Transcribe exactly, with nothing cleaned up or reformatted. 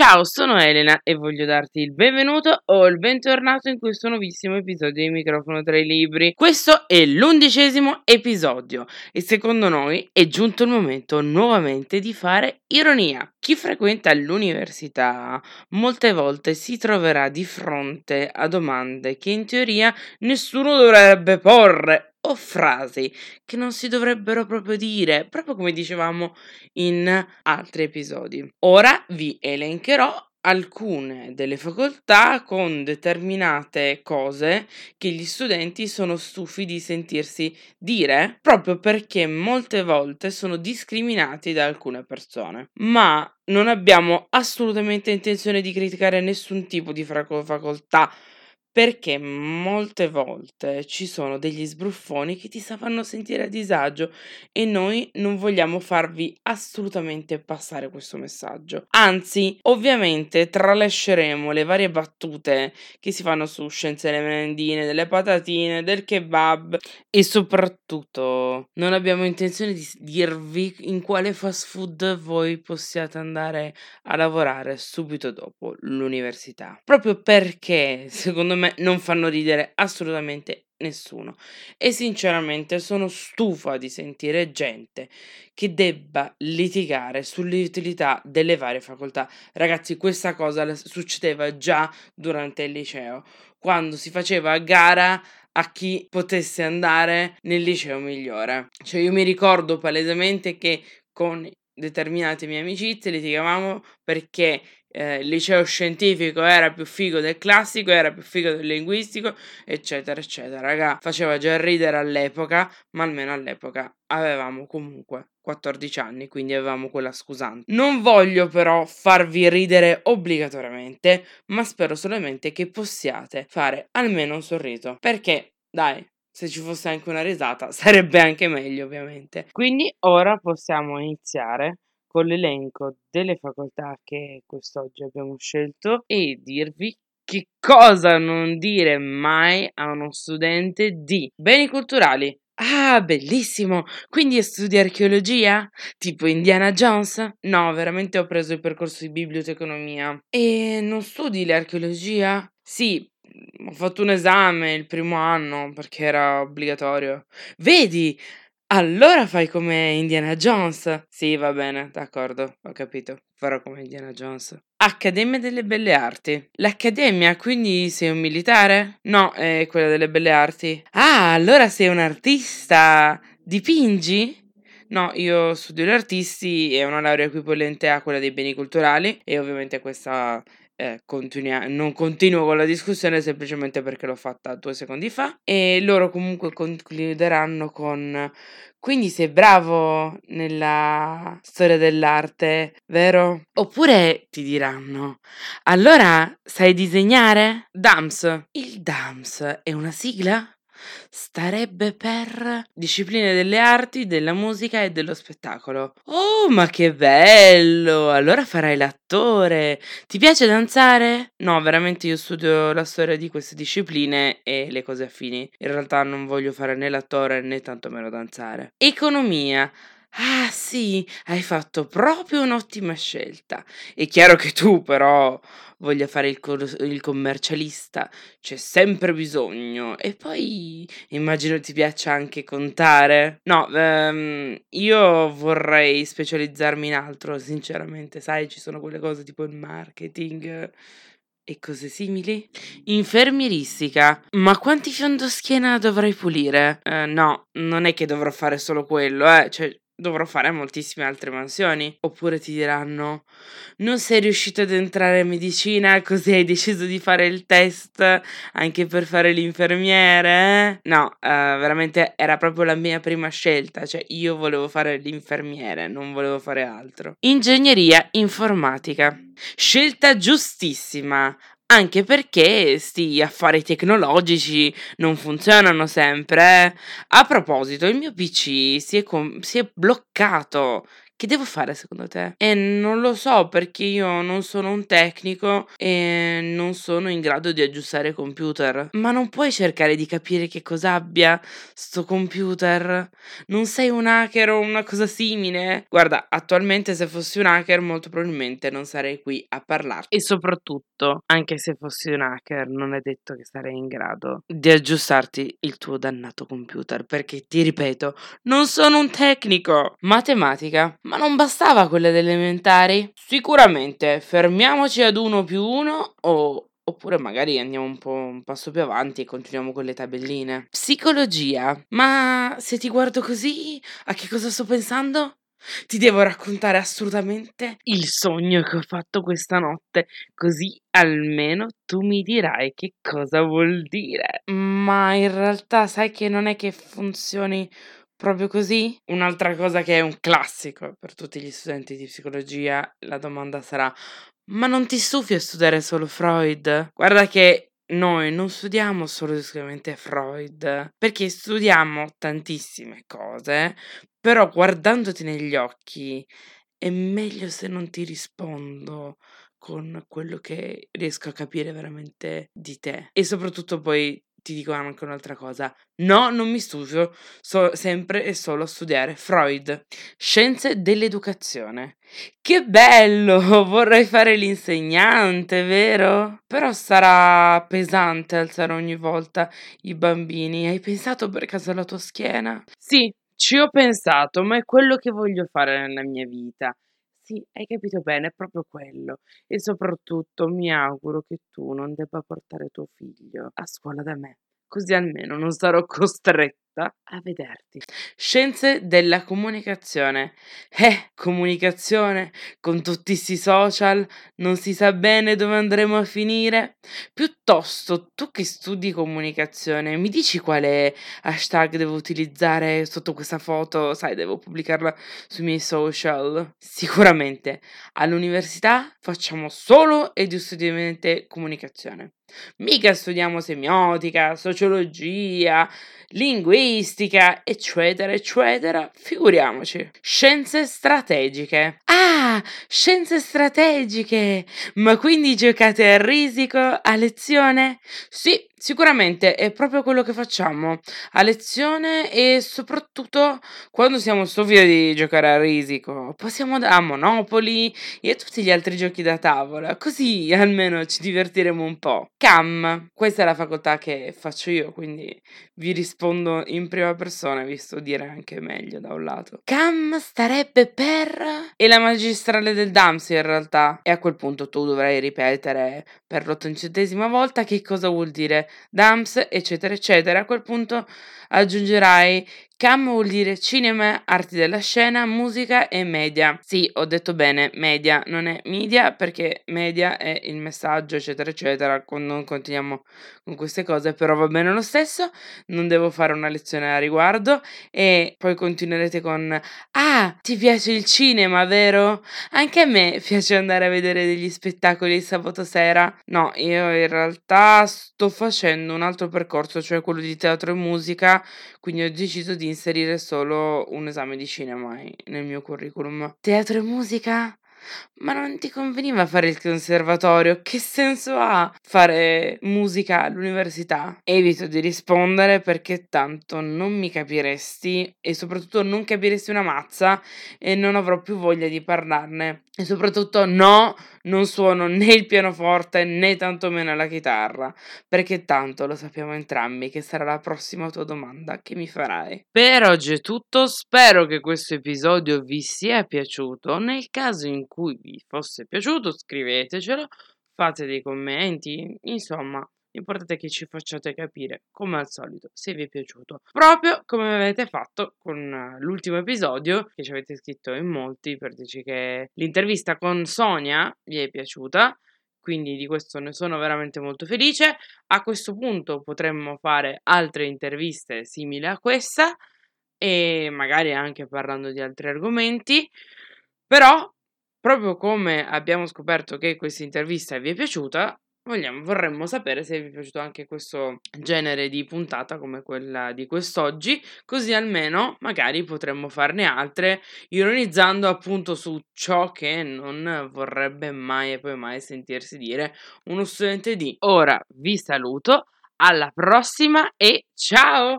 Ciao, sono Elena e voglio darti il benvenuto o il bentornato in questo nuovissimo episodio di Microfono tra i libri. Questo è l'undicesimo episodio e secondo noi è giunto il momento nuovamente di fare ironia. Chi frequenta l'università molte volte si troverà di fronte a domande che in teoria nessuno dovrebbe porre o frasi che non si dovrebbero proprio dire, proprio come dicevamo in altri episodi. Ora vi elencherò alcune delle facoltà con determinate cose che gli studenti sono stufi di sentirsi dire proprio perché molte volte sono discriminati da alcune persone. Ma non abbiamo assolutamente intenzione di criticare nessun tipo di fraco- facoltà. Perché molte volte ci sono degli sbruffoni che ti sa fanno sentire a disagio e noi non vogliamo farvi assolutamente passare questo messaggio. Anzi, ovviamente tralasceremo le varie battute che si fanno su scienze delle merendine, delle patatine, del kebab e soprattutto non abbiamo intenzione di s- dirvi in quale fast food voi possiate andare a lavorare subito dopo l'università. Proprio perché, secondo me, non fanno ridere assolutamente nessuno. E sinceramente sono stufa di sentire gente che debba litigare sull'utilità delle varie facoltà. Ragazzi, questa cosa la- succedeva già durante il liceo, quando si faceva a gara a chi potesse andare nel liceo migliore. Cioè, io mi ricordo palesemente che con determinate mie amicizie litigavamo perché eh, il liceo scientifico era più figo del classico, era più figo del linguistico, eccetera, eccetera. Raga, faceva già ridere all'epoca, ma almeno all'epoca avevamo comunque quattordici anni, quindi avevamo quella scusante. Non voglio però farvi ridere obbligatoriamente, ma spero solamente che possiate fare almeno un sorriso, perché, dai, se ci fosse anche una risata sarebbe anche meglio, ovviamente. Quindi ora possiamo iniziare con l'elenco delle facoltà che quest'oggi abbiamo scelto e dirvi che cosa non dire mai a uno studente di beni culturali. Ah, bellissimo! Quindi studi archeologia? Tipo Indiana Jones? No, veramente ho preso il percorso di biblioteconomia. E non studi l'archeologia? Sì, ho fatto un esame il primo anno perché era obbligatorio. Vedi? Allora fai come Indiana Jones. Sì, va bene, d'accordo, ho capito. Farò come Indiana Jones. Accademia delle Belle Arti. L'Accademia, quindi sei un militare? No, è quella delle Belle Arti. Ah, allora sei un artista. Dipingi? No, io studio gli artisti e ho una laurea equivalente a quella dei beni culturali e ovviamente questa eh, continua- non continuo con la discussione semplicemente perché l'ho fatta due secondi fa e loro comunque concluderanno con quindi sei bravo nella storia dell'arte, vero? Oppure ti diranno allora sai disegnare? D A M S. Il D A M S è una sigla? Starebbe per discipline delle arti, della musica e dello spettacolo. Oh, ma che bello! Allora farai l'attore. Ti piace danzare? No, veramente io studio la storia di queste discipline e le cose affini. In realtà non voglio fare né l'attore né tantomeno danzare. Economia. Ah sì, hai fatto proprio un'ottima scelta. È chiaro che tu però voglia fare il, cor- il commercialista, c'è sempre bisogno. E poi immagino ti piaccia anche contare. No, ehm, io vorrei specializzarmi in altro, sinceramente, sai, ci sono quelle cose tipo il marketing e cose simili. Infermieristica. Ma quanti fondoschiena dovrai pulire? Eh, no, non è che dovrò fare solo quello, eh, cioè dovrò fare moltissime altre mansioni. Oppure ti diranno: non sei riuscito ad entrare in medicina, così hai deciso di fare il test anche per fare l'infermiere? Eh? No, eh, veramente era proprio la mia prima scelta, cioè io volevo fare l'infermiere, non volevo fare altro. Ingegneria informatica. Scelta giustissima. Anche perché sti affari tecnologici non funzionano sempre, eh. A proposito, il mio P C si è, com- si è bloccato. Che devo fare secondo te? Eh, non lo so perché io non sono un tecnico e non sono in grado di aggiustare il computer. Ma non puoi cercare di capire che cosa abbia sto computer? Non sei un hacker o una cosa simile? Guarda, attualmente se fossi un hacker molto probabilmente non sarei qui a parlarti. E soprattutto, anche se fossi un hacker, non è detto che sarei in grado di aggiustarti il tuo dannato computer, perché ti ripeto, non sono un tecnico. Matematica. Ma non bastava quella delle elementari? Sicuramente, fermiamoci ad uno più uno o oppure magari andiamo un po' un passo più avanti e continuiamo con le tabelline. Psicologia. Ma se ti guardo così, a che cosa sto pensando? Ti devo raccontare assolutamente il sogno che ho fatto questa notte, così almeno tu mi dirai che cosa vuol dire. Ma in realtà sai che non è che funzioni proprio così? Un'altra cosa che è un classico per tutti gli studenti di psicologia, la domanda sarà: ma non ti stufi a studiare solo Freud? Guarda che noi non studiamo solo ed esclusivamente Freud, perché studiamo tantissime cose, però guardandoti negli occhi è meglio se non ti rispondo con quello che riesco a capire veramente di te. E soprattutto poi ti dico anche un'altra cosa. No, non mi stufio, sto sempre e solo a studiare Freud. Scienze dell'educazione. Che bello! Vorrei fare l'insegnante, vero? Però sarà pesante alzare ogni volta i bambini. Hai pensato per caso alla tua schiena? Sì, ci ho pensato, ma è quello che voglio fare nella mia vita. Sì, hai capito bene, è proprio quello. E soprattutto mi auguro che tu non debba portare tuo figlio a scuola da me, così almeno non sarò costretta a vederti. Scienze della comunicazione. Eh, comunicazione con tutti sti social, non si sa bene dove andremo a finire. Piuttosto, tu che studi comunicazione, mi dici quale hashtag devo utilizzare sotto questa foto? Sai, devo pubblicarla sui miei social. Sicuramente all'università facciamo solo ed esclusivamente comunicazione. Mica studiamo semiotica, sociologia, linguistica, eccetera, eccetera. Figuriamoci. Scienze strategiche. Ah, scienze strategiche! Ma quindi giocate a risico a lezione? Sì, sicuramente è proprio quello che facciamo a lezione e soprattutto quando siamo stufi di giocare a risico. Passiamo da a Monopoli e a tutti gli altri giochi da tavola, così almeno ci divertiremo un po'. Cam, questa è la facoltà che faccio io, quindi vi rispondo in prima persona, vi sto dire anche meglio da un lato. Cam starebbe per... E la magistrale del DAMS in realtà. E a quel punto tu dovrai ripetere per l'ottocentesima volta che cosa vuol dire DAMS, eccetera, eccetera. A quel punto aggiungerai Cam vuol dire cinema, arti della scena, musica e media. Sì, ho detto bene, media, non è media perché media è il messaggio, eccetera, eccetera. Con- non continuiamo con queste cose, però va bene lo stesso. Non devo fare una lezione a riguardo. E poi continuerete con Ah, ti piace il cinema, vero? Anche a me piace andare a vedere degli spettacoli il sabato sera. No, io in realtà sto facendo un altro percorso, cioè quello di teatro e musica, quindi ho deciso di inserire solo un esame di cinema i- nel mio curriculum. Teatro e musica? Ma non ti conveniva fare il conservatorio? Che senso ha fare musica all'università? Evito di rispondere perché tanto non mi capiresti e soprattutto non capiresti una mazza e non avrò più voglia di parlarne. E soprattutto no, non suono né il pianoforte né tantomeno la chitarra, perché tanto lo sappiamo entrambi che sarà la prossima tua domanda che mi farai. Per oggi è tutto, spero che questo episodio vi sia piaciuto. Nel caso in cui vi fosse piaciuto, scrivetecelo, fate dei commenti, insomma. L'importante è che ci facciate capire, come al solito, se vi è piaciuto. Proprio come avete fatto con eh, l'ultimo episodio, che ci avete scritto in molti per dirci che l'intervista con Sonia vi è piaciuta. Quindi di questo ne sono veramente molto felice. A questo punto potremmo fare altre interviste simili a questa e magari anche parlando di altri argomenti. Però, proprio come abbiamo scoperto che questa intervista vi è piaciuta, Vogliamo vorremmo sapere se vi è piaciuto anche questo genere di puntata come quella di quest'oggi, così almeno magari potremmo farne altre, ironizzando appunto su ciò che non vorrebbe mai e poi mai sentirsi dire uno studente di. Ora vi saluto, alla prossima e ciao!